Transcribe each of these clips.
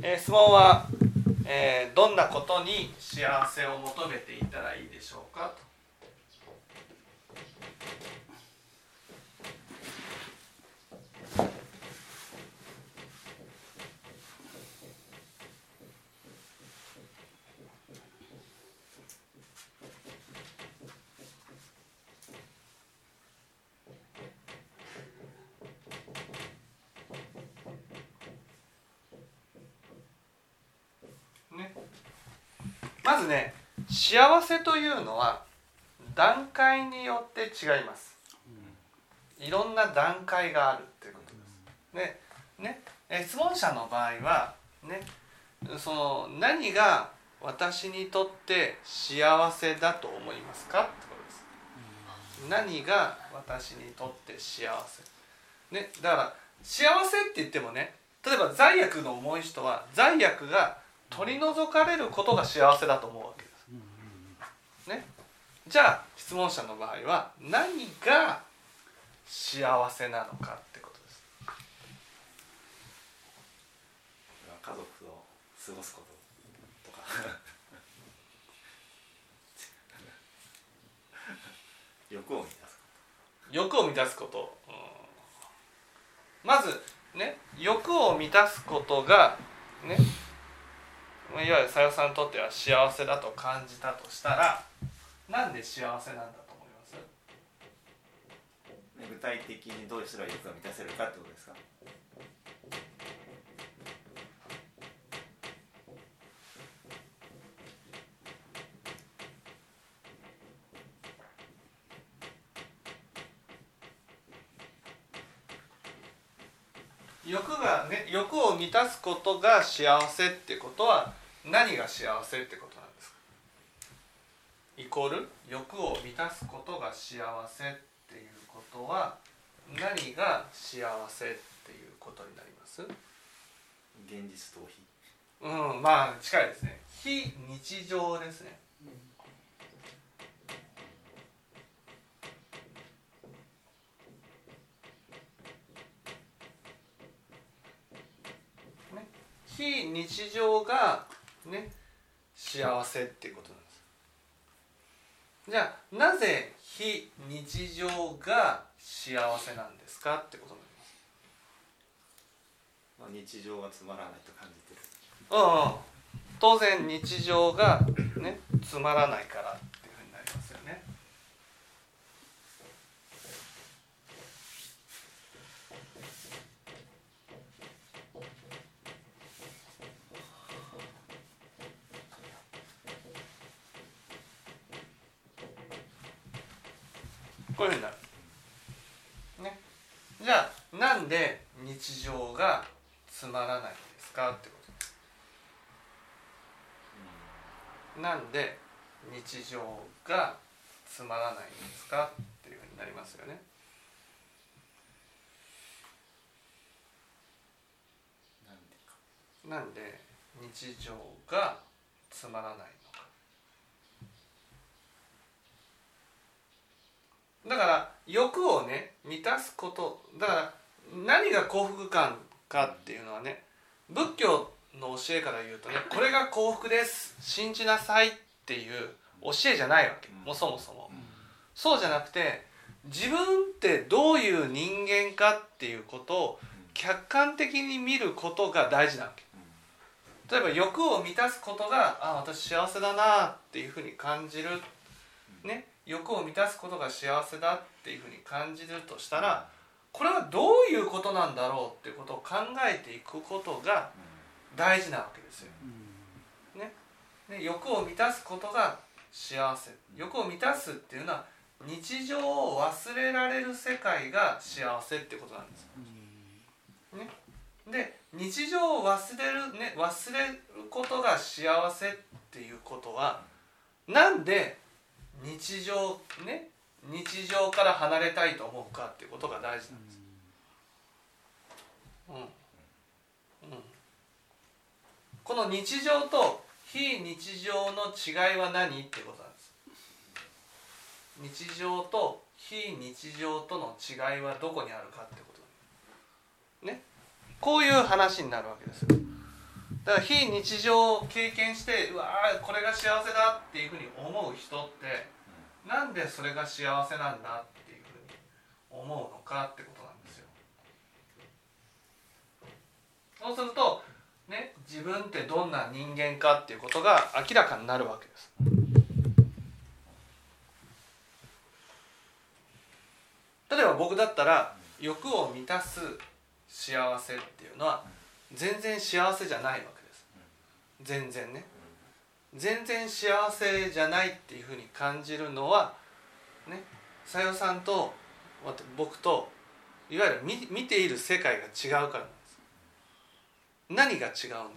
質問は、どんなことに幸せを求めていたらいいでしょうかと。まずね、幸せというのは段階によって違います。いろんな段階があるということです。質問者の場合は、その何が私にとって幸せだと思いますかってことです。何が私にとって幸せ、だから幸せって言ってもね、例えば罪悪の重い人は罪悪が取り除かれることが幸せだと思うわけです。じゃあ質問者の場合は何が幸せなのかってことです。 家族と過ごすこととか欲を満たすこと欲を満たすこと、まずね、欲を満たすことがね、いわゆるさよさんにとっては幸せだと感じたとしたら、なんで幸せなんだと思います？ 具体的にどうしたら欲が満たせるかってことですか？ 欲を満たすことが幸せってことは何が幸せってことなんですか？イコール欲を満たすことが幸せっていうことは何が幸せっていうことになります？ 現実逃避。 まあ近いですね。非日常ですね。非日常がね、幸せっていうことなんです。じゃあなぜ非日常が幸せなんですかってことになります。 日常がつまらないと感じてる。 当然日常がね、つまらないからっていうふうになりますよね。こういうふうになる。じゃあなんで日常がつまらないんですかってことです。なんで日常がつまらないんですかっていうふうになりますよね。なんで日常がつまらないのか。だから欲をね、満たすこと、だから何が幸福感かっていうのはね、仏教の教えから言うとね、これが幸福です信じなさいっていう教えじゃないわけ。もうそもそもそうじゃなくて、自分ってどういう人間かっていうことを客観的に見ることが大事なわけ。例えば欲を満たすことが、私幸せだなっていうふうに感じるね、欲を満たすことが幸せだっていうふうに感じるとしたら、これはどういうことなんだろうっていうことを考えていくことが大事なわけですよ。欲を満たすことが幸せ。欲を満たすっていうのは日常を忘れられる世界が幸せってことなんです。で、日常を忘れることが幸せっていうことは、なんで日常から離れたいと思うかっていうことが大事なんです。この日常と非日常の違いは何ってことなんです。日常と非日常との違いはどこにあるかってことね。こういう話になるわけですよ。 だから非日常を経験してうわーこれが幸せだっていうふうに思う人ってなんでそれが幸せなんだっていうふうに思うのかってことなんですよ。そうするとね、自分ってどんな人間かっていうことが明らかになるわけです。例えば僕だったら欲を満たす幸せっていうのは全然幸せじゃないわけです。全然ね、全然幸せじゃないっていうふうに感じるのはね、さよさんと僕といわゆる 見ている世界が違うからなんです。何が違うんだと思います？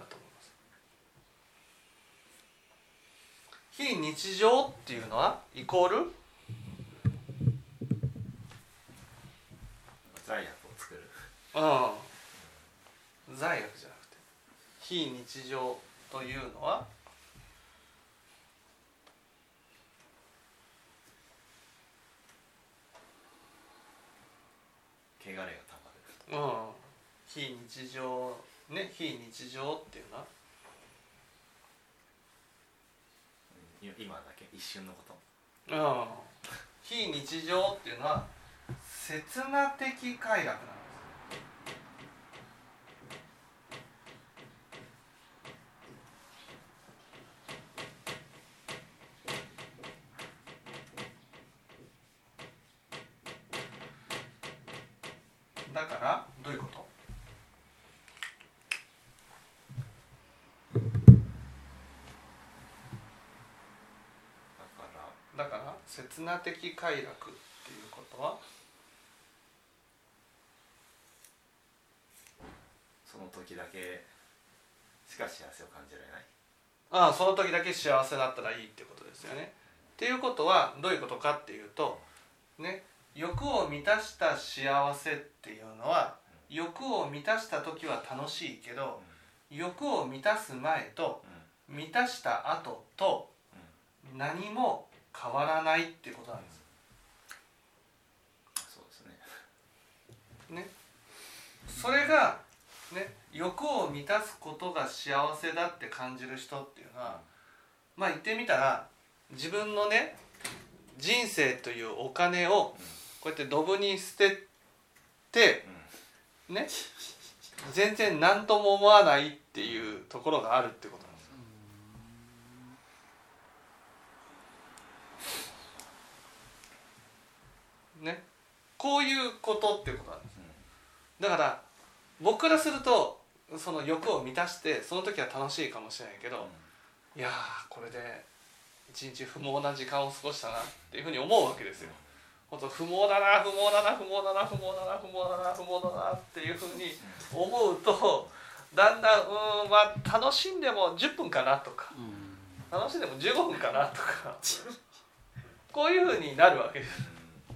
非日常っていうのはイコール罪悪を作る。 罪悪じゃなくて非日常というのは汚れがたまる。 非日常ね、非日常っていうのは今だけ一瞬のこと。 非日常っていうのは刹那的快楽なんです。だからどういうこと？だから刹那的快楽っていうことはその時だけしか幸せを感じられない。 その時だけ幸せだったらいいってことですよね。っていうことはどういうことかっていうとね、欲を満たした幸せっていうのは欲を満たした時は楽しいけど欲を満たす前と満たした後と何も変わらないっていうことなんです。 そうですね。ね、それがね、欲を満たすことが幸せだって感じる人っていうのは、まあ言ってみたら自分のね人生というお金をこうやってドブに捨ててね、全然何とも思わないっていうところがあるってことなんです。ね、こういうことっていうことなんです。だから僕からするとその欲を満たしてその時は楽しいかもしれないけど、いやーこれで一日不毛な時間を過ごしたなっていうふうに思うわけですよ。本当不毛だな不毛だな不毛だな不毛だな不毛だな不毛だなっていうふうに思うとだんだんまあ楽しんでも10分かなとか楽しんでも15分かなとかこういうふうになるわけです。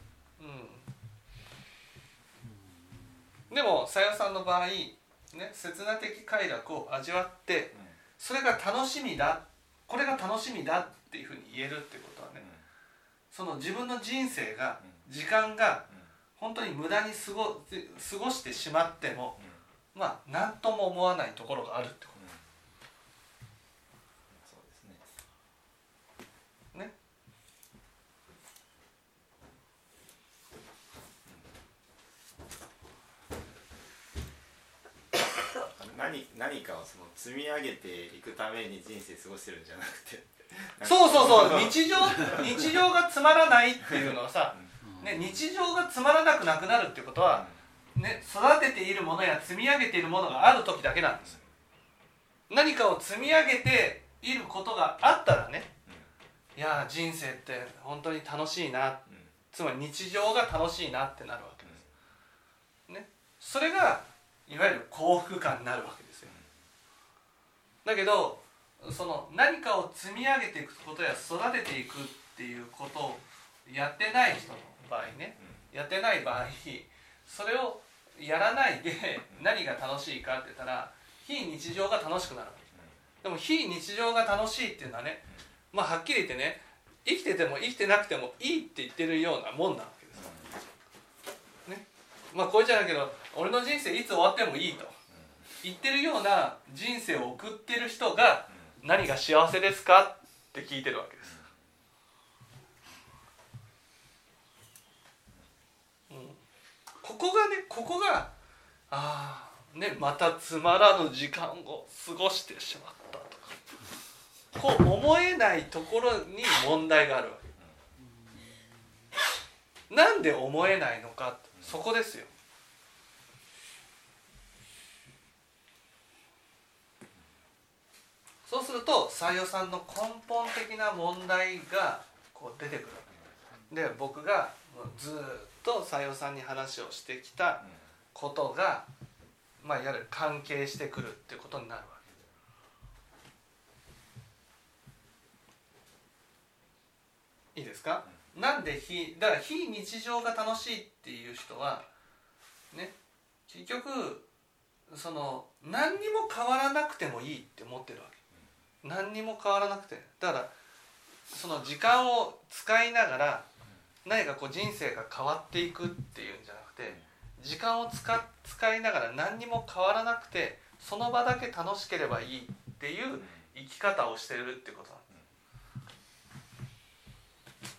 でもさよさんの場合ね、刹那的快楽を味わってそれが楽しみだ、これが楽しみだっていうふうに言えるってことはね、その自分の人生が時間が本当に無駄に過ごしてしまってもまあ何とも思わないところがあるってこと。 そうですね。 ね。 何かをその積み上げていくために人生過ごしてるんじゃなくてそう日常がつまらないっていうのはさ、ね、日常がつまらなくなくなるっていうことは、ね、育てているものや積み上げているものがある時だけなんです。何かを積み上げていることがあったらね、いや人生って本当に楽しいな、つまり日常が楽しいなってなるわけです、ね、それがいわゆる幸福感になるわけですよ。だけどその何かを積み上げていくことや育てていくっていうことをやってない人の場合ね、やってない場合それをやらないで何が楽しいかって言ったら非日常が楽しくなるわけ。でも非日常が楽しいっていうのはね、まあはっきり言ってね、生きてても生きてなくてもいいって言ってるようなもんなわけですね。まあこれじゃないけど俺の人生いつ終わってもいいと言ってるような人生を送ってる人が何が幸せですかって聞いてるわけです、ここがまたつまらぬ時間を過ごしてしまったとかこう思えないところに問題があるわけ。なんで思えないのか、そこですよ。そうすると採用さんの根本的な問題がこう出てくるわけで、僕がずっと採用さんに話をしてきたことが、いわゆる関係してくるっていうことになるわけ。いいですか？なんでだから非日常が楽しいっていう人はね、結局その何にも変わらなくてもいいって思ってるわけ。何にも変わらなくて、だからその時間を使いながら何かこう人生が変わっていくっていうんじゃなくて、時間を使いながら何にも変わらなくてその場だけ楽しければいいっていう生き方をしてるってことなんです。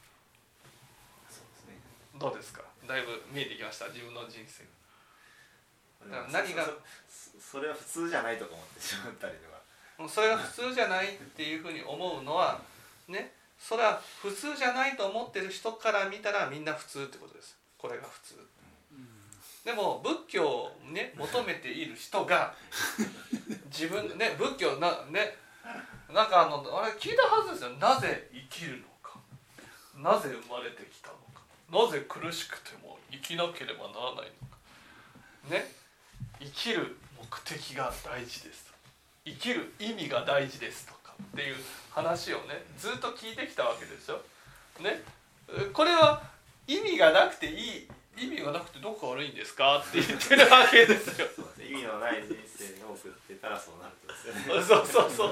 どうですか？だいぶ見えてきました、自分の人生。だから何がそれは普通じゃないとか思ってしまったりとか、 それが普通じゃないっていうふうに思うのはね、それは普通じゃないと思ってる人から見たらみんな普通ってことです。これが普通。でも仏教をね求めている人が自分ね、仏教なんかあれ聞いたはずですよ。なぜ生きるのか、なぜ生まれてきたのか、なぜ苦しくても生きなければならないのかね、生きる目的が大事です、生きる意味が大事ですとかっていう話をねずっと聞いてきたわけですよね。これは意味がなくていい、意味がなくてどこが悪いんですかって言ってるわけですよ。 そうですね、意味のない人生を送ってたらそうなるとですよね。 そうそうそう、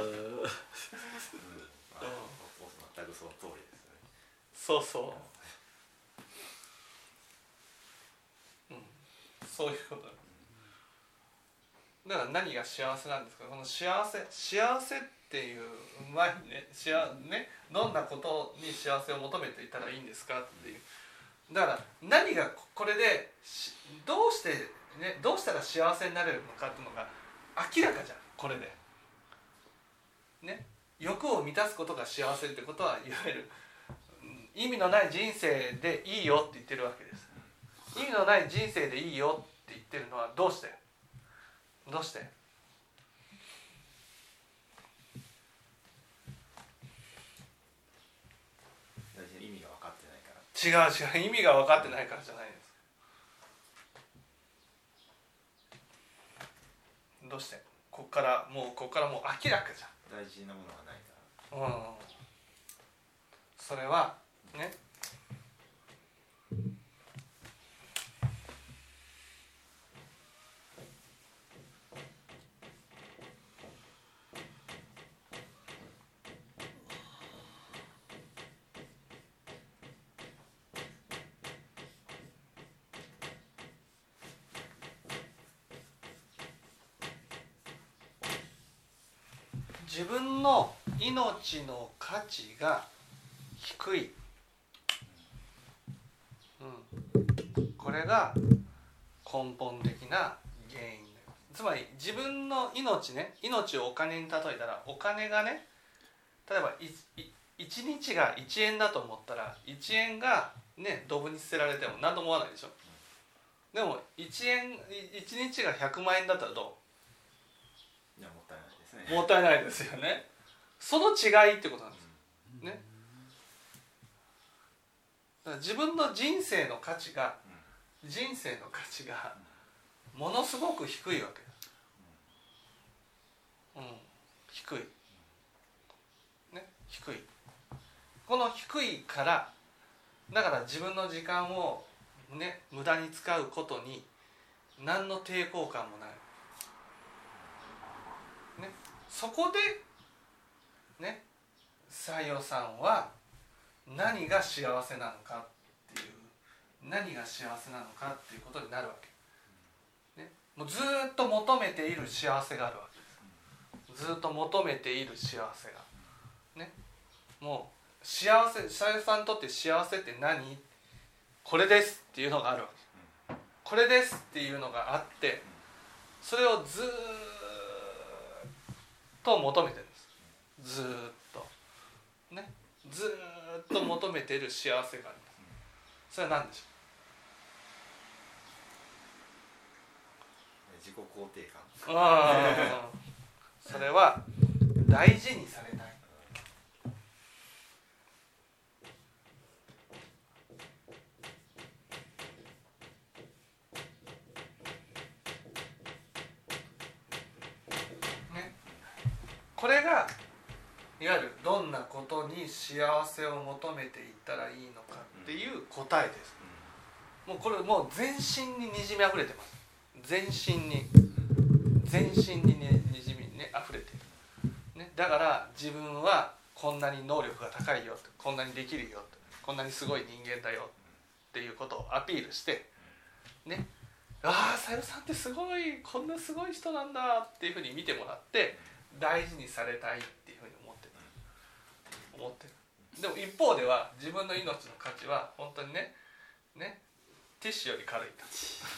全くその通りですよね。 そうそう、そういうことだから何が幸せなんですか。この幸せっていう前にね、どんなことに幸せを求めていたらいいんですかっていう。だから何がこれでどうしたら幸せになれるのかっていうのが明らかじゃん、これでね。欲を満たすことが幸せってことは、いわゆる意味のない人生でいいよって言ってるわけです。意味のない人生でいいよって言ってるのはどうして意味が分かってないから。 違う、意味が分かってないからじゃないです。どうしてここからもう明らかじゃん、 大事なものがないから。 それはね、自分の命の価値が低い、これが根本的な原因です。つまり自分の命をお金に例えたら、お金がね、例えば1日が1円だと思ったら1円がねドブに捨てられても何とも思わないでしょ。でも1日が100万円だったらどう？ いや、もったいないですね。 もったいないですよね。その違いってことなんですね。だから自分の人生の価値がものすごく低いわけです。低いね、低い。この低いから、だから自分の時間をね無駄に使うことに何の抵抗感もないね。そこでね、西洋さんは何が幸せなのかっていうことになるわけ、ね。 もうずっと求めている幸せがあるわけです。ずっと求めている幸せがね、もう幸せ、さゆさんにとって幸せって何？これですっていうのがあるわけ。これですっていうのがあって、それをずっと求めてるんです。ずっとね、ずっと求めている幸せがあります。それは何でしょ自己肯定感。 それは大事にされたい。ね、これがいわゆるどんなことに幸せを求めていったらいいのかっていう答えです。もうこれもう全身ににじみあふれてます。全身にね、にじみね溢れている、ね、だから自分はこんなに能力が高いよ、こんなにできるよ、こんなにすごい人間だよっていうことをアピールしてね、ああさゆさんってすごい、こんなすごい人なんだっていうふうに見てもらって大事にされたいっていうふうに思ってる。でも一方では自分の命の価値は本当にねティッシュより軽いと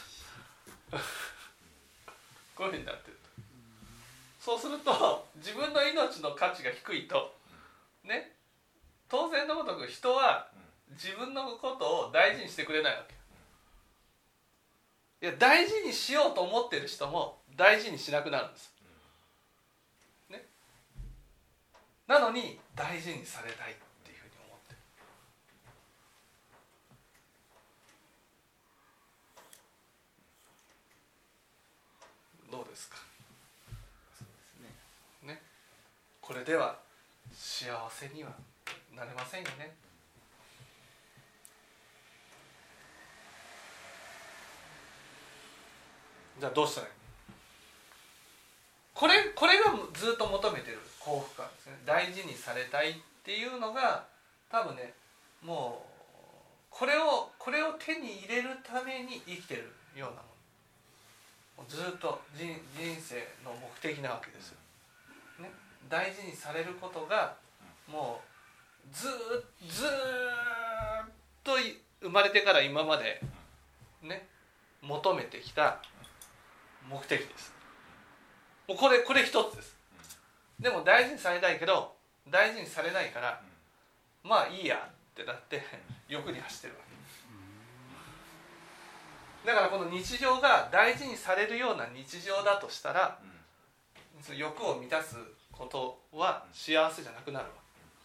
こういうふうになってると。そうすると自分の命の価値が低いとね、当然のごとく人は自分のことを大事にしてくれないわけ。いや、大事にしようと思ってる人も大事にしなくなるんです、ね、なのに大事にされたいっていうふうに思ってる。どうですか。 そうですね。 ね、これでは幸せにはなれませんよね。じゃあどうしたらいい？これがずっと求めてる幸福感ですね。大事にされたいっていうのが多分ね、もうこれを手に入れるために生きてるようなもの、ずっと人生の目的なわけですよ、ね、大事にされることがもうずっと生まれてから今までね求めてきた目的です。もうこれ一つです。でも大事にされたいけど大事にされないからまあいいやってなって欲に走ってるわけだから、この日常が大事にされるような日常だとしたら、欲を満たすことは幸せじゃなくなるわ。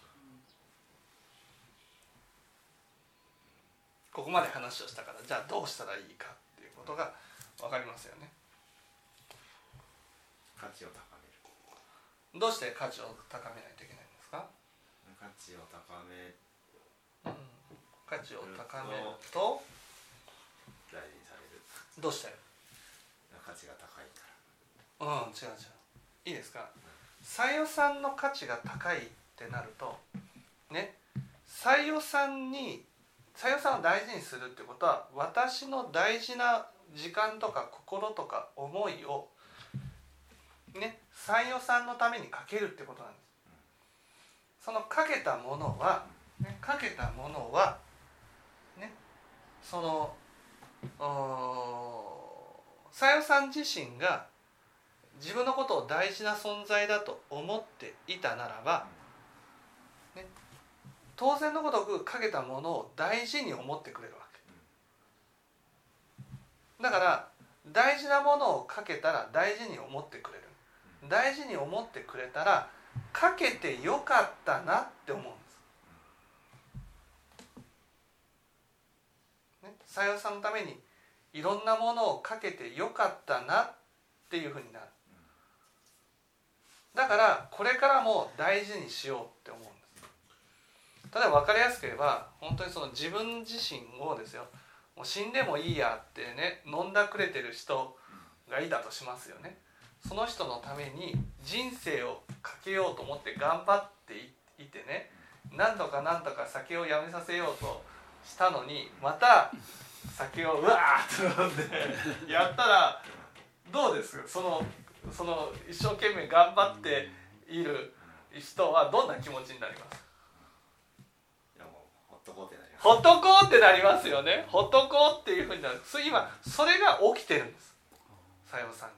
ここまで話をしたから、じゃあどうしたらいいかっていうことが分かりますよね。 価値を高める。 どうして価値を高めないといけないんですか。 価値を高め、 価値を高めると大事にされる。 どうして？ 価値が高いから。 違ういいですか。さゆさんの価値が高いってなるとね、さゆさんを大事にするってことは、私の大事な時間とか心とか思いをね、さゆさんのためにかけるってことなんです。そのかけたものはね、そのさゆさん自身が自分のことを大事な存在だと思っていたならば、ね、当然のごとくかけたものを大事に思ってくれるわけだから、大事なものをかけたら大事に思ってくれる。大事に思ってくれたらかけてよかったなって思うんです、ね、さゆさんのためにいろんなものをかけてよかったなっていうふうになる。だからこれからも大事にしようって思うんです。例えば分かりやすければ、本当にその自分自身をですよ、もう死んでもいいやってね飲んだくれてる人がいたとしますよね。その人のために人生をかけようと思って頑張っていてね、なんとか酒をやめさせようとしたのに、また酒をうわーって飲んでやったらどうですその一生懸命頑張っている人はどんな気持ちになります？ いやもうほっとこうってなります。 ほっとこうってなりますよね。ほっとこうっていうふうになる。今それが起きてるんです、さようさんに。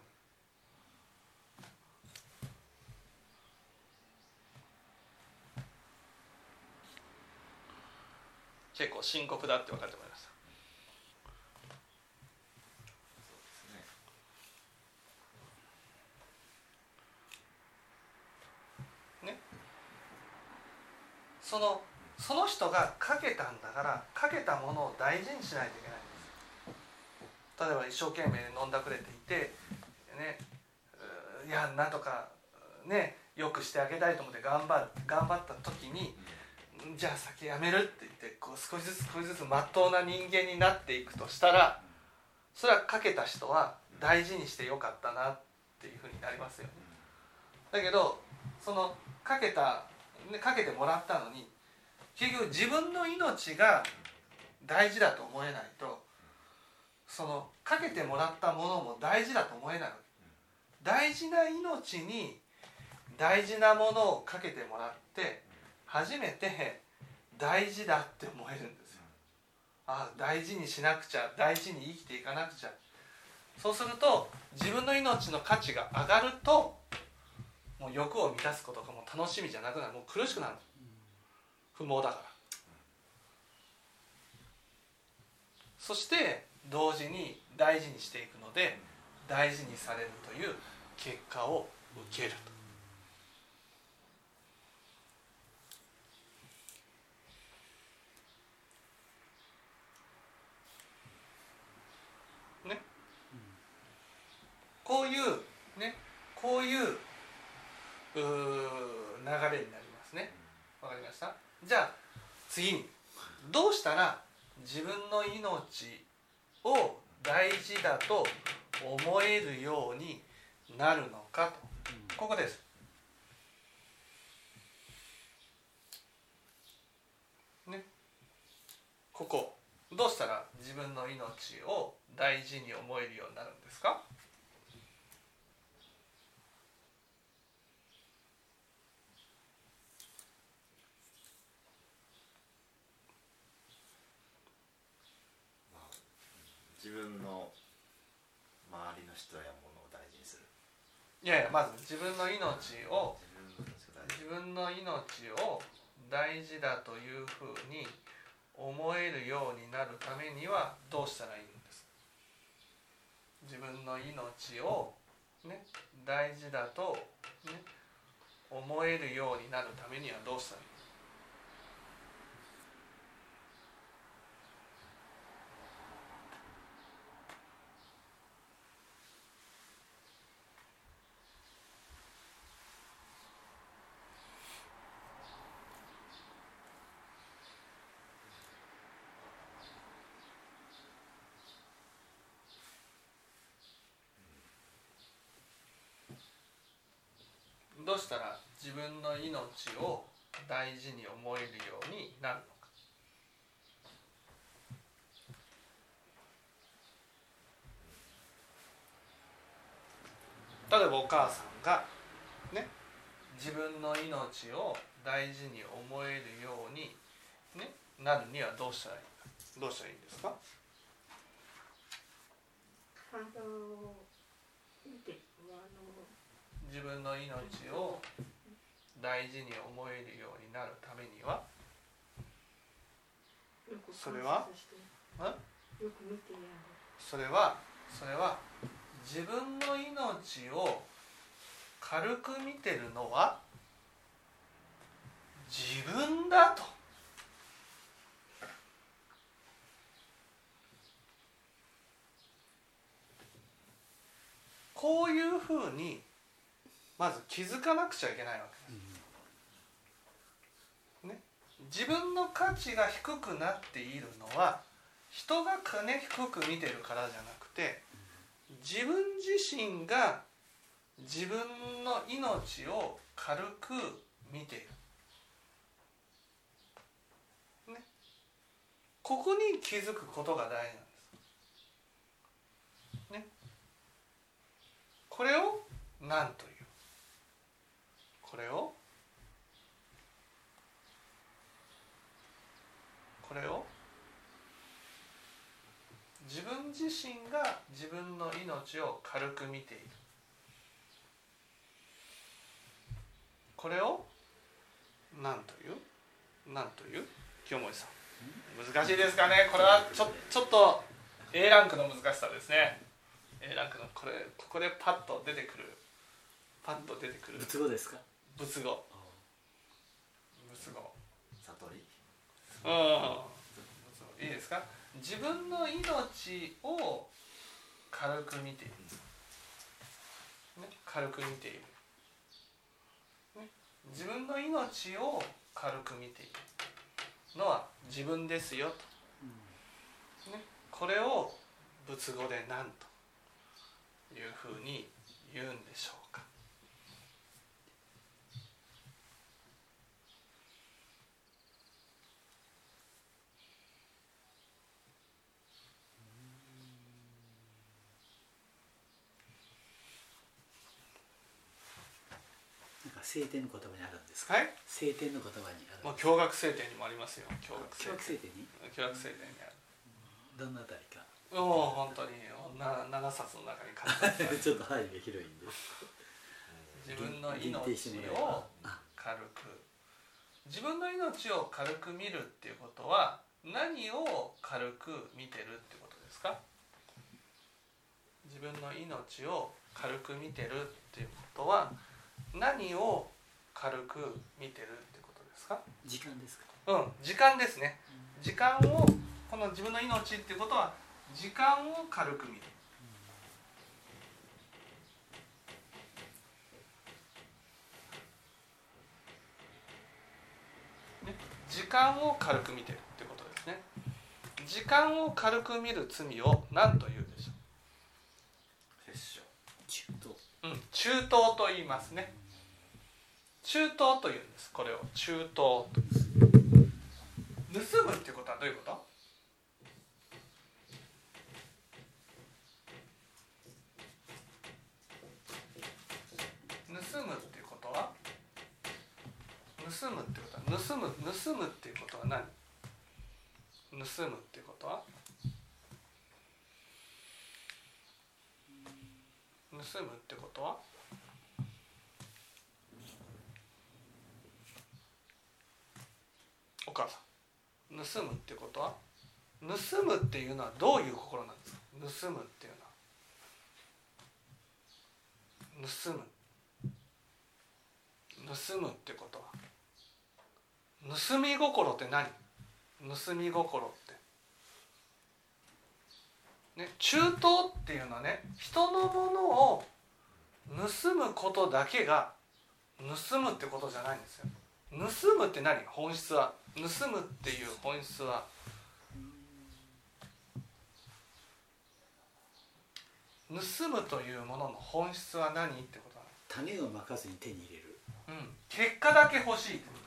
結構深刻だって分かってもらいました。その人がかけたんだからかけたものを大事にしないといけないんです。例えば一生懸命飲んだくれていて、ね、いやなんとかねよくしてあげたいと思って頑張った時に、じゃあ酒やめるって言ってこう少しずつまっとうな人間になっていくとしたら、それはかけた人は大事にしてよかったなっていうふうになりますよね。だけどそのかけてもらったのに結局自分の命が大事だと思えないと、そのかけてもらったものも大事だと思えないわけ。大事な命に大事なものをかけてもらって初めて大事だって思えるんですよ。大事にしなくちゃ、大事に生きていかなくちゃ。そうすると自分の命の価値が上がると、もう欲を満たすことがもう楽しみじゃなくなる。もう苦しくなる。不毛だから。そして同時に大事にしていくので、大事にされるという結果を受けると。ね。こういう流れになりますね。わかりました？じゃあ次にどうしたら自分の命を大事だと思えるようになるのかと。ここです。ね。ここどうしたら自分の命を大事に思えるようになるんですか？ 自分の周りの人やものを大事にする。 いやいや、まず自分の命を大事だというふうに思えるようになるためにはどうしたらいいんですか？自分の命を、ね、大事だと、ね、思えるようになるためにはどうしたらいい？どうしたら自分の命を大事に思えるようになるのか。例えばお母さんがね、自分の命を大事に思えるように、ね、なるにはどうしたらいいか。どうしたらいいんですか？自分の命を大事に思えるようになるためには、それは自分の命を軽く見てるのは自分だと。こういうふうにまず気づかなくちゃいけないわけです、ね、自分の価値が低くなっているのは人がね低く見てるからじゃなくて、自分自身が自分の命を軽く見ている、ね、ここに気づくことが大事なんです、ね、 これを何という？これを自分自身が自分の命を軽く見ている。これを何という？清盛さん、難しいですかね。これはちょっと A ランクの難しさですね。A ランクのここでパッと出てくる仏語ですか？ 仏語悟り。 いいですか。自分の命を軽く見ている、軽く見ている、自分の命を軽く見ているのは自分ですよと、これを仏語で何というふうに言うんでしょうか。 聖典の言葉にあるんですか？ はい。 聖典の言葉にある。 教学聖典にもありますよ。教学聖典にある。 どんなあたりか。 本当に7冊の中に書いてある。 ちょっと範囲が広いんで。 自分の命を軽く、自分の命を軽く見るっていうことは何を軽く見てるってことですか？自分の命を軽く見てるっていうことは何を軽く見てるってことですか？ 時間ですか？ 時間ですね。時間を、この自分の命っていうことは時間を軽く見る。時間を軽く見てるってことですね。時間を軽く見る罪を何というでしょう？中等と言いますね。中等というんです。これを中等と。盗むっていうことはどういうこと？盗むっていうことは何？盗むっていうことはお母さん、盗むってことは、盗むっていうのはどういう心なんですか？盗むっていうのは、盗むってことは、盗み心って何？盗み心ってね、中等っていうのはね、人のものを盗むことだけが盗むってことじゃないんですよ。盗むって何？本質は、盗むっていう本質は、盗むというものの本質は何ってことなの。 種をまかずに手に入れる、 結果だけ欲しいってことです。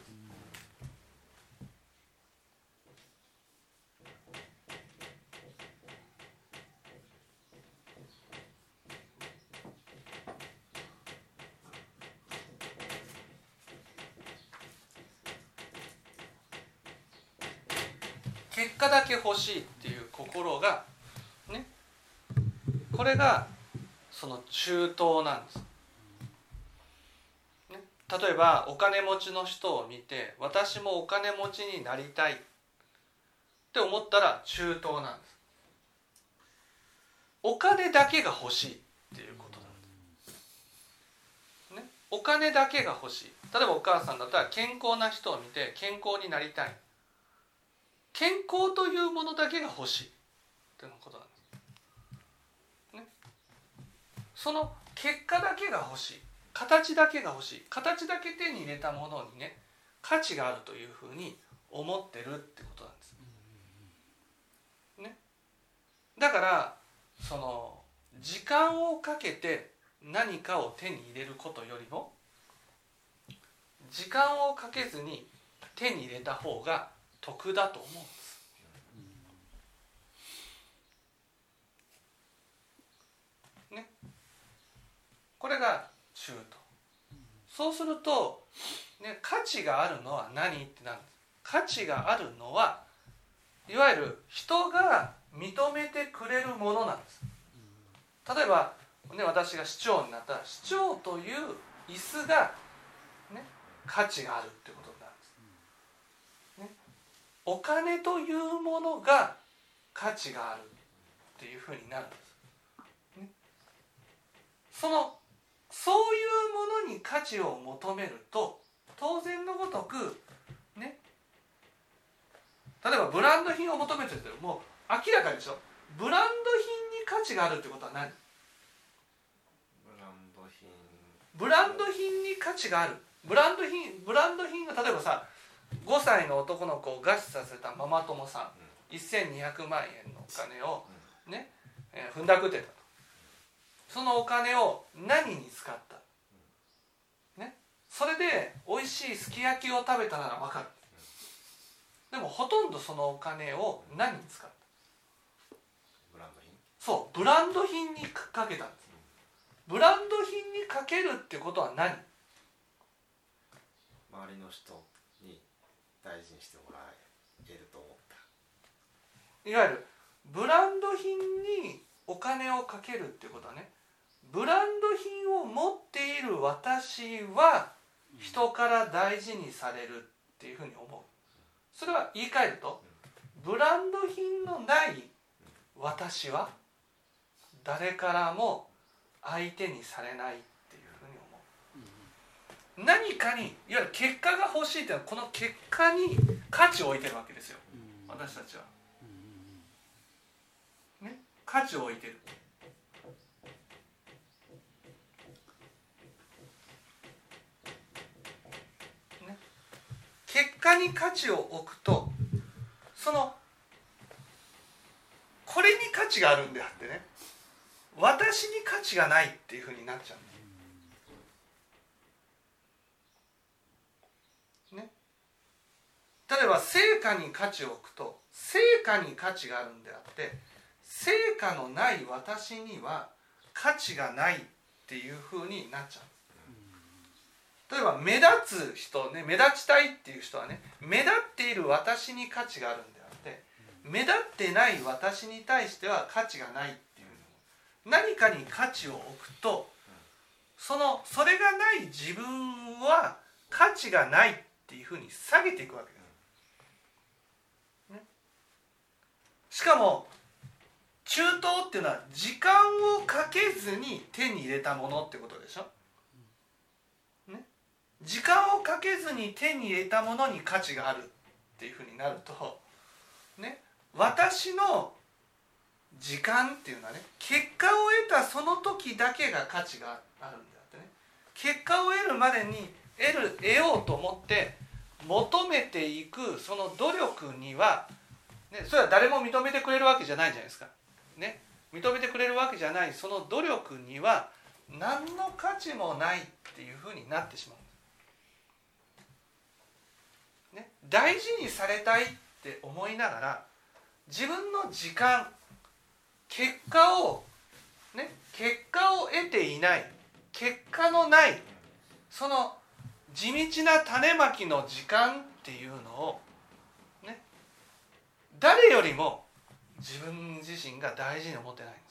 結果だけ欲しいっていう心がね、これがその中等なんです、ね、例えばお金持ちの人を見て、私もお金持ちになりたいって思ったら中等なんです。お金だけが欲しいっていうことなんです、ね、お金だけが欲しい。例えばお母さんだったら健康な人を見て健康になりたい、健康というものだけが欲しいっていうことなんです、ね、その結果だけが欲しい、形だけが欲しい、形だけ手に入れたものにね、価値があるというふうに思ってるってことなんです、ね、だからその時間をかけて何かを手に入れることよりも、時間をかけずに手に入れた方が得だと思うんです、ね、 これが中途。そうすると、ね、価値があるのは何ってなるんです。価値があるのはいわゆる人が認めてくれるものなんです。例えば、ね、私が市長になったら市長という椅子が、ね、価値があるってことになるんです、ね、お金というものが価値があるっていうふうになるんです、ね、そういうものに価値を求めると当然のごとくね、例えばブランド品を求めてるともう明らかでしょ。ブランド品に価値があるってことは何？ブランド品に価値がある。ブランド品が例えばさ、5歳の男の子を餓死させたママ友さん、1200万円のお金をね、踏んだくってたと。そのお金を何に使った、ね、それで美味しいすき焼きを食べたなら分かる。でもほとんどそのお金を何に使った？ ブランド品。 そう、ブランド品にかけたんです。ブランド品にかけるってことは何？ 周りの人に大事にしてもらえると思った。 いわゆるブランド品にお金をかけるってことはね、ブランド品を持っている私は人から大事にされるっていうふうに思う。それは言い換えると、ブランド品のない私は誰からも相手にされないっていうふうに思う。何かにいわゆる結果が欲しいっていうのはこの結果に価値を置いてるわけですよ、私たちは、ね、価値を置いてる。ね、結果に価値を置くとこれに価値があるんであってね、私に価値がないっていうふうになっちゃう、ね、例えば成果に価値を置くと成果に価値があるんであって成果のない私には価値がないっていうふうになっちゃう。例えば目立つ人ね、目立ちたいっていう人はね、目立っている私に価値があるんであって目立ってない私に対しては価値がないっていう。何かに価値を置くとそれがない自分は価値がないっていうふうに下げていくわけです、ね、しかも中東っていうのは時間をかけずに手に入れたものってことでしょ、ね、時間をかけずに手に入れたものに価値があるっていうふうになると、ね、私の時間っていうのはね、結果を得たその時だけが価値があるんであってね、結果を得るまでに得ようと思って求めていくその努力には、ね、それは誰も認めてくれるわけじゃないじゃないですか、ね、認めてくれるわけじゃないその努力には何の価値もないっていうふうになってしまう、ね、大事にされたいって思いながら自分の時間結果を得ていない、結果のないその地道な種まきの時間っていうのを、ね、誰よりも自分自身が大事に思ってないんです。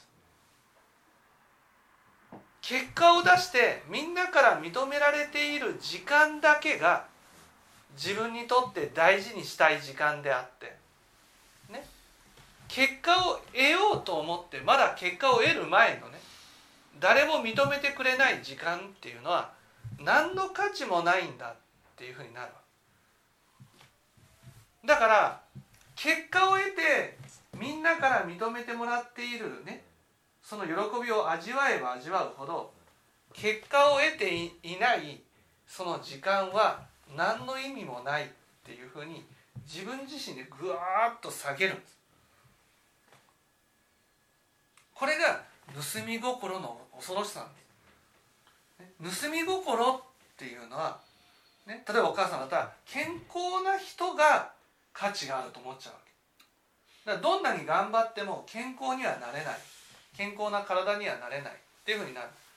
結果を出してみんなから認められている時間だけが自分にとって大事にしたい時間であって、ね、結果を得ようと思ってまだ結果を得る前のね、誰も認めてくれない時間っていうのは何の価値もないんだっていうふうになる。だから結果を得てみんなから認めてもらっているね、その喜びを味わえば味わうほど結果を得ていないその時間は何の意味もないっていうふうに自分自身でぐわーっと下げるんです。これが盗み心の恐ろしさなんです。盗み心っていうのは、ね、例えばお母さんだったら健康な人が価値があると思っちゃうわけだからどんなに頑張っても健康にはなれない、健康な体にはなれないっていうふうになる。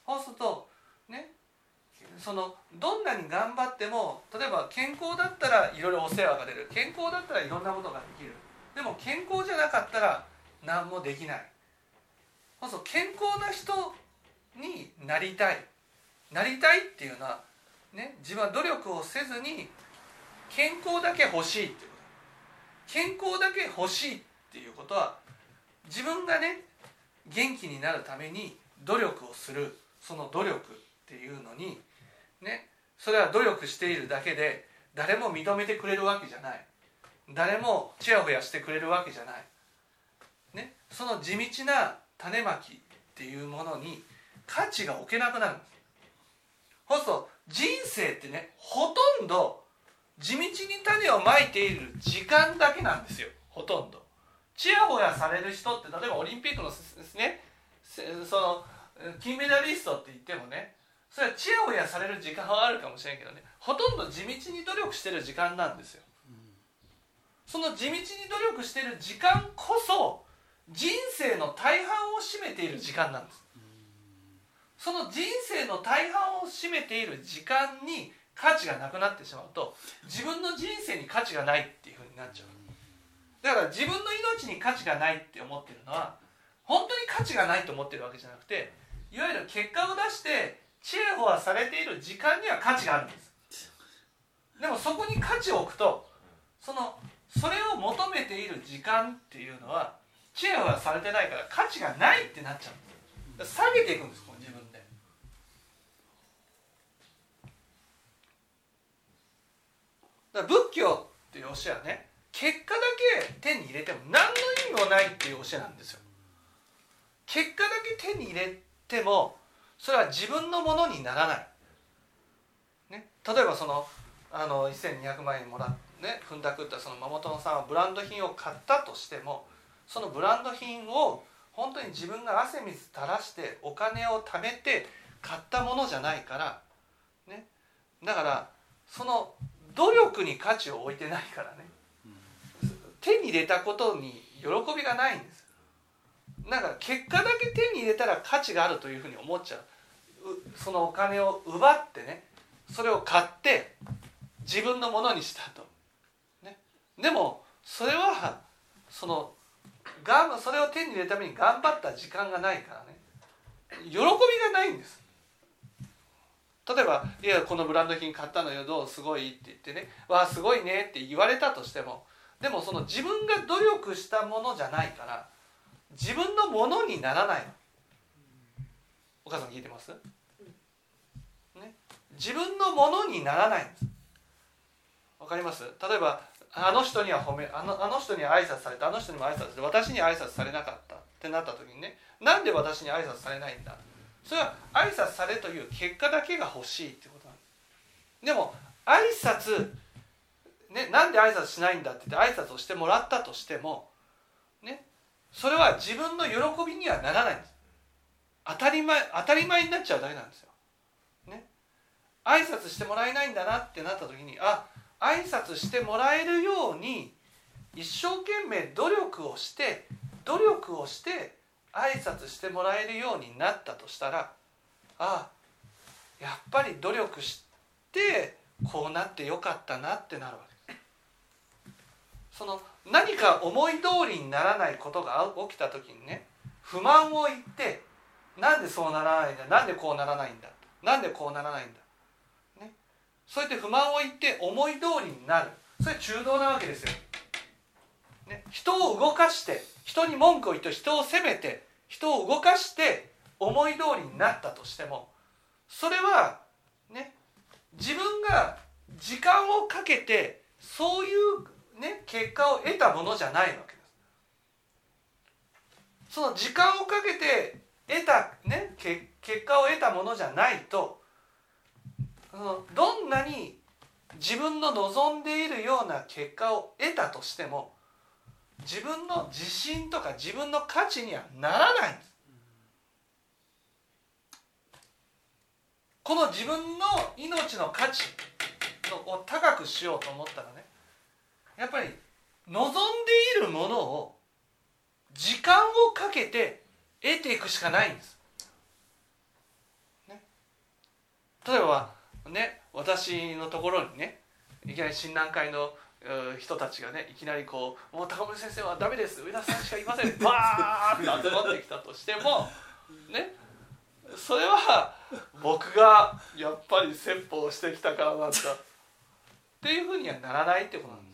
そうするとね、そのどんなに頑張っても、例えば健康だったらいろいろお世話が出る、健康だったらいろんなことができる、でも健康じゃなかったら何もできない。そうすると健康な人になりたいっていうのはね、自分は努力をせずに健康だけ欲しいっていうこと。健康だけ欲しいっていうことは、自分がね元気になるために努力をする、その努力っていうのにね、それは努力しているだけで誰も認めてくれるわけじゃない、誰もちやほやしてくれるわけじゃない、ね、その地道な種まきっていうものに価値が置けなくなるんです。そうすると人生ってね、ほとんど地道に種をまいている時間だけなんですよ。ほとんどちやほやされる人って、例えばオリンピックのですね、その金メダリストって言ってもね、それはちやほやされる時間はあるかもしれんけどね、ほとんど地道に努力してる時間なんですよ。その地道に努力してる時間こそ人生の大半を占めている時間なんです。その人生の大半を占めている時間に価値がなくなってしまうと、自分の人生に価値がないっていうふうになっちゃう。だから自分の命に価値がないって思ってるのは、本当に価値がないと思ってるわけじゃなくて、いわゆる結果を出してちやほやされている時間には価値があるんです。でもそこに価値を置くと、それを求めている時間っていうのはちやほやされてないから価値がないってなっちゃうんです。下げていくんです、この自分で。だから仏教っていう教えはね、結果だけ手に入れても何の意味もないっていう教えなんですよ。結果だけ手に入れてもそれは自分のものにならない、ね、例えば1200万円もらってね、踏んだくったそのママ友さんはブランド品を買ったとしても、そのブランド品を本当に自分が汗水垂らしてお金を貯めて買ったものじゃないから、ね、だからその努力に価値を置いてないからね、手に入れたことに喜びがないんです。だから結果だけ手に入れたら価値があるというふうに思っちゃう。そのお金を奪ってね、それを買って自分のものにしたと、ね、でもそれはそれを手に入れるために頑張った時間がないからね、喜びがないんです。例えばいやこのブランド品買ったのよ、どうすごいって言ってね、わあすごいねって言われたとしても、でもその自分が努力したものじゃないから自分のものにならないの。お母さん聞いてます？ね、自分のものにならないんです。わかります？例えばあの人にはあの人には挨拶された、あの人にも挨拶されて私には挨拶されなかったってなった時にね、なんで私に挨拶されないんだ、それは挨拶されという結果だけが欲しいってことなんです。でも挨拶ね、なんで挨拶しないんだって言って挨拶をしてもらったとしてもね、それは自分の喜びにはならないんです。当たり前になっちゃうだけなんですよ、ね、挨拶してもらえないんだなってなった時に、挨拶してもらえるように一生懸命努力をして挨拶してもらえるようになったとしたら、やっぱり努力してこうなってよかったなってなるわけです。その何か思い通りにならないことが起きた時にね、不満を言ってなんでそうならないんだ、なんでこうならないんだ、なんでこうならないんだ、ね、そうやって不満を言って思い通りになる、それ中道なわけですよ、ね、人を動かして人に文句を言って人を責めて人を動かして思い通りになったとしても、それはね、自分が時間をかけてそういうね、結果を得たものじゃないわけです。その時間をかけて得た、ね、結果を得たものじゃないと、どんなに自分の望んでいるような結果を得たとしても自分の自信とか自分の価値にはならないんです。この自分の命の価値を高くしようと思ったらね、やっぱり望んでいるものを時間をかけて得ていくしかないんです。 例えばね、私のところにねいきなり診断会の人たちがねいきなりこうもう高森先生はダメです上田さんしかいませんバーって集まってきたとしてもね、それは僕がやっぱり説法してきたからなんだっていうふうにはならないってことなん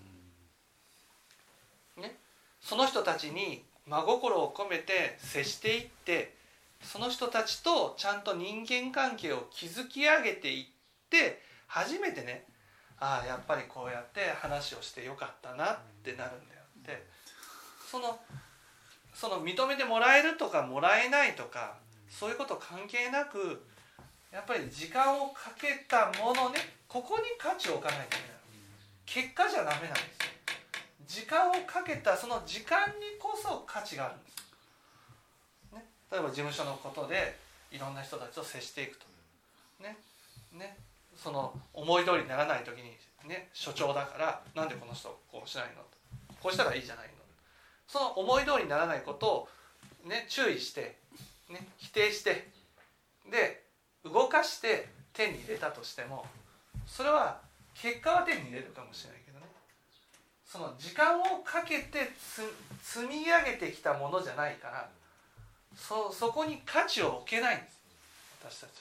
ですね。その人たちに真心を込めて接していって、その人たちとちゃんと人間関係を築き上げていって初めてね、ああやっぱりこうやって話をしてよかったなってなるんだよって、その認めてもらえるとかもらえないとかそういうこと関係なく、やっぱり時間をかけたものね、ここに価値を置かないといけない。結果じゃダメなんですよ。時間をかけたその時間にこそ価値があるんです、ね、例えば事務所のことでいろんな人たちと接していくとね、その思い通りにならない時にね、所長だからなんでこの人こうしないのと、こうしたらいいじゃないの、その思い通りにならないことをね注意してね、否定してで動かして手に入れたとしても、それは結果は手に入れるかもしれないけどね、その時間をかけて積み上げてきたものじゃないから、そこに価値を置けないんです、私たち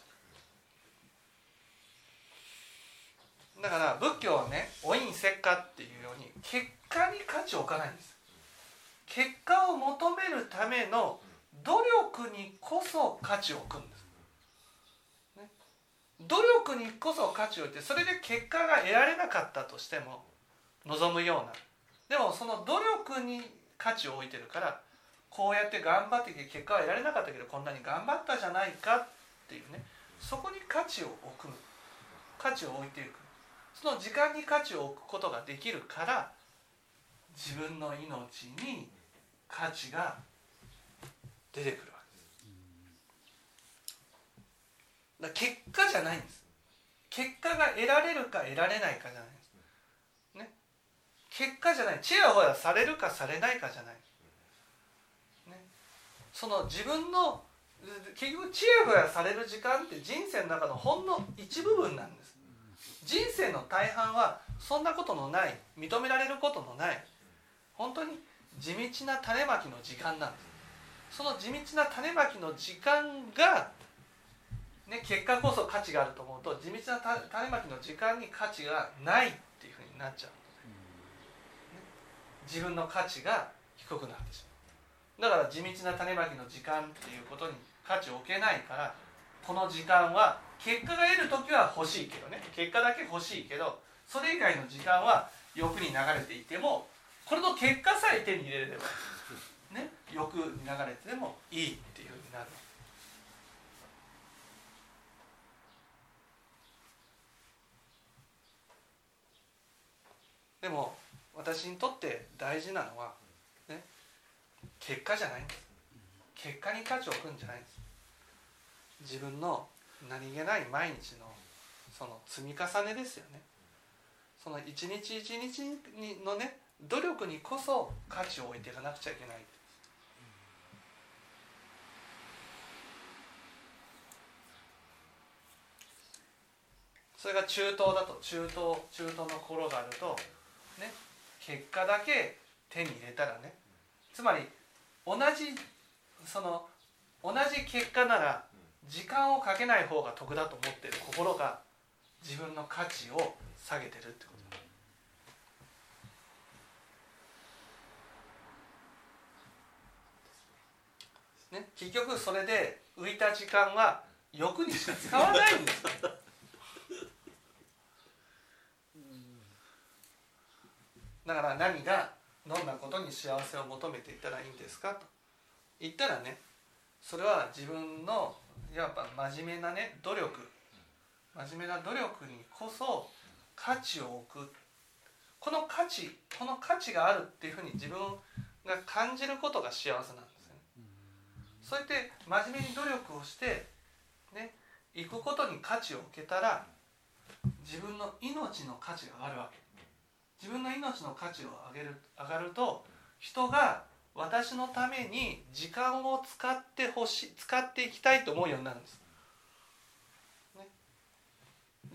は。だから仏教はね、お因摂果っていうように結果に価値を置かないんです。結果を求めるための努力にこそ価値を置くんです、ね、努力にこそ価値を置いて、それで結果が得られなかったとしても望むような、でもその努力に価値を置いてるから、こうやって頑張って結果は得られなかったけどこんなに頑張ったじゃないかっていうね、そこに価値を置く、価値を置いていく、その時間に価値を置くことができるから、自分の命に価値が出てくるわけです。だから結果じゃないんです。結果が得られるか得られないかじゃないんです、ね、結果じゃない、ちやほやされるかされないかじゃない、ね、その自分の結局ちやほやされる時間って人生の中のほんの一部分なんです。人生の大半はそんなことのない、認められることのない、本当に地道な種まきの時間なんです。その地道な種まきの時間が、ね、結果こそ価値があると思うと、地道な種まきの時間に価値がないっていうふうになっちゃう、ね、自分の価値が低くなってしまう。だから地道な種まきの時間っていうことに価値を置けないから、この時間は結果が得るときは欲しいけどね、結果だけ欲しいけど、それ以外の時間は欲に流れていても、これの結果さえ手に入れれれば、ね、欲に流れてでもいいっていうふうになる。でも私にとって大事なのは、ね、結果じゃないんです。結果に価値を置くんじゃないんです。自分の何気ない毎日のその積み重ねですよね。その一日一日のね、努力にこそ価値を置いていかなくちゃいけない。それが中東だと、中東の心があると、ね、結果だけ手に入れたらね、つまり同じ結果なら時間をかけない方が得だと思っている心が自分の価値を下げてるってことだ、ね、結局それで浮いた時間は欲にしか使わないんですだから何がどんなことに幸せを求めていったらいいんですかと言ったらね、それは自分のやっぱ真面目なね努力にこそ価値を置く、この価値があるっていうふうに自分が感じることが幸せなんですよね。そうやって真面目に努力をしてね行くことに価値を置けたら、自分の命の価値が上がるわけ。自分の命の価値を上がると、人が私のために時間を使っていきたいと思うようになるんです、ね、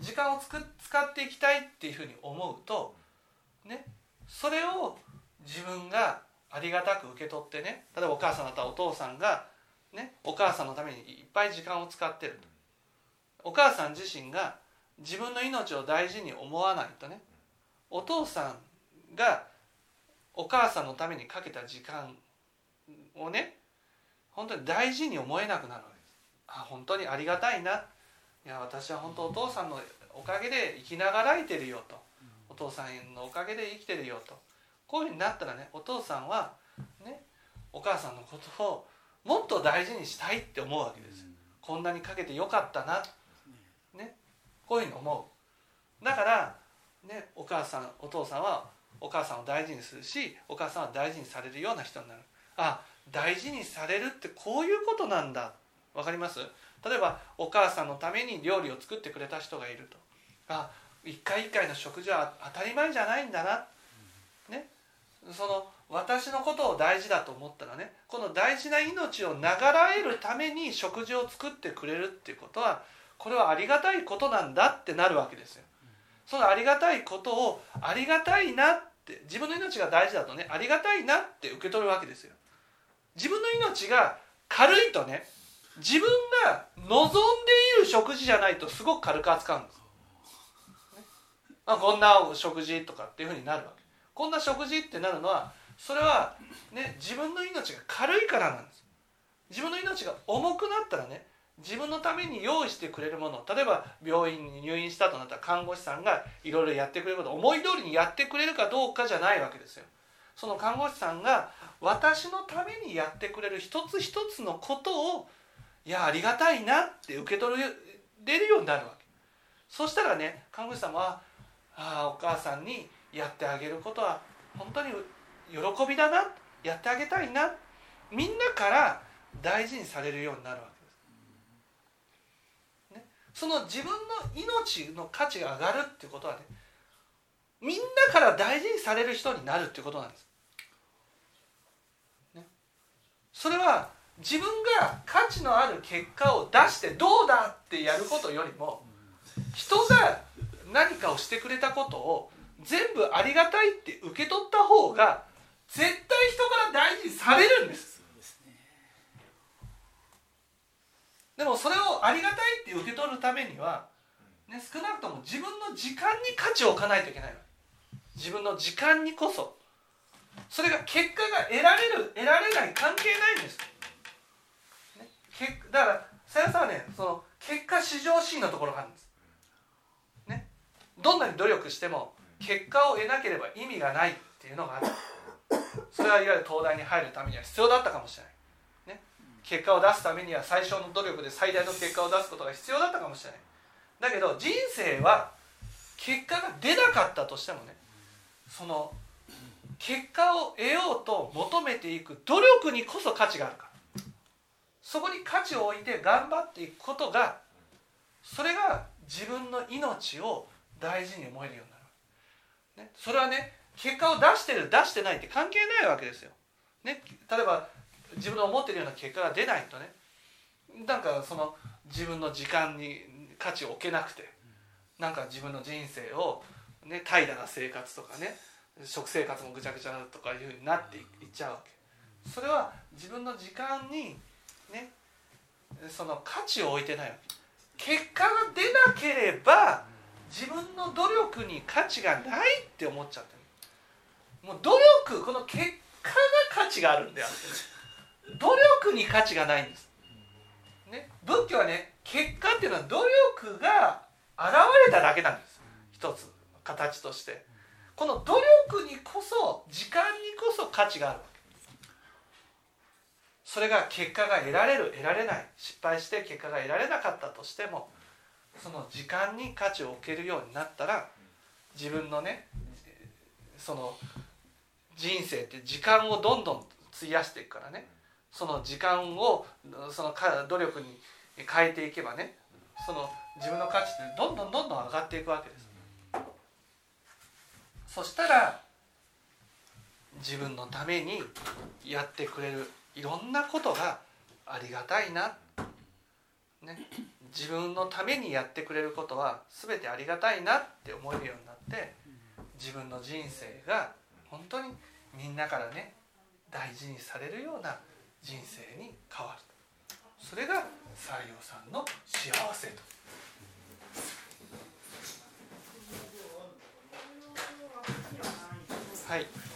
時間を使っていきたいっていうふうに思うとね、それを自分がありがたく受け取ってね、例えばお母さんだったらお父さんがね、お母さんのためにいっぱい時間を使ってると、お母さん自身が自分の命を大事に思わないとね、お父さんがお母さんのためにかけた時間をね、本当に大事に思えなくなるわけです。本当にありがたいな、いや私は本当お父さんのおかげで生きながらえてるよと、お父さんのおかげで生きてるよと、こういうふうになったらね、お父さんはね、お母さんのことをもっと大事にしたいって思うわけですよ。こんなにかけてよかったな、ね、こういうふうに思う。だからね、お父さんはお母さんを大事にするし、お母さんは大事にされるような人になる。大事にされるってこういうことなんだ。わかります？例えばお母さんのために料理を作ってくれた人がいると、一回一回の食事は当たり前じゃないんだな、ね、その私のことを大事だと思ったらね、この大事な命を長らえるために食事を作ってくれるっていうことは、これはありがたいことなんだってなるわけですよ。そのありがたいことをありがたいなって、自分の命が大事だとね、ありがたいなって受け取るわけですよ。自分の命が軽いとね、自分が望んでいる食事じゃないとすごく軽く扱うんです、こんな食事とかっていうふうになるわけ。こんな食事ってなるのは、それはね、自分の命が軽いからなんです。自分の命が重くなったらね、自分のために用意してくれるもの、例えば病院に入院したとなったら看護師さんがいろいろやってくれること、思い通りにやってくれるかどうかじゃないわけですよ。その看護師さんが私のためにやってくれる一つ一つのことを、いやありがたいなって受け取れるようになるわけ。そしたらね、看護師さんはお母さんにやってあげることは本当に喜びだな、やってあげたいな、みんなから大事にされるようになるわけです、ね、その自分の命の価値が上がるっていうことはね、みんなから大事にされる人になるっていうことなんです、ね、それは自分が価値のある結果を出してどうだってやることよりも、人が何かをしてくれたことを全部ありがたいって受け取った方が絶対人から大事にされるんです。でもそれをありがたいって受け取るためには、ね、少なくとも自分の時間に価値を置かないといけない。自分の時間にこそ、それが結果が得られる得られない関係ないんです、ね、だからさやさんはね、その結果至上主義のところがあるんです、ね、どんなに努力しても結果を得なければ意味がないっていうのがある。それはいわゆる東大に入るためには必要だったかもしれない、ね、結果を出すためには最小の努力で最大の結果を出すことが必要だったかもしれない。だけど人生は結果が出なかったとしてもね、その結果を得ようと求めていく努力にこそ価値があるから、そこに価値を置いて頑張っていくことが、それが自分の命を大事に思えるようになる、ね、それはね、結果を出してる出してないって関係ないわけですよ、ね、例えば自分の思っているような結果が出ないとね、なんかその自分の時間に価値を置けなくて、なんか自分の人生を、ね、怠惰な生活とかね、食生活もぐちゃぐちゃとかいう風になっていっちゃうわけ。それは自分の時間にね、その価値を置いてないわけ。結果が出なければ自分の努力に価値がないって思っちゃってる。もう努力、この結果が価値があるんであって努力に価値がないんです、ね、仏教はね、結果っていうのは努力が現れただけなんです。一つ形としてこの努力にこそ、時間にこそ価値があるわけ。それが結果が得られる得られない、失敗して結果が得られなかったとしても、その時間に価値を置けるようになったら、自分のね、その人生って時間をどんどん費やしていくからね、その時間をその努力に変えていけばね、その自分の価値ってどんどん上がっていくわけです。そしたら自分のためにやってくれるいろんなことがありがたいな、ね、 自分のためにやってくれることは全てありがたいなって思えるようになって、自分の人生が本当にみんなからね大事にされるような人生に変わる。それが西洋さんの幸せと。はい。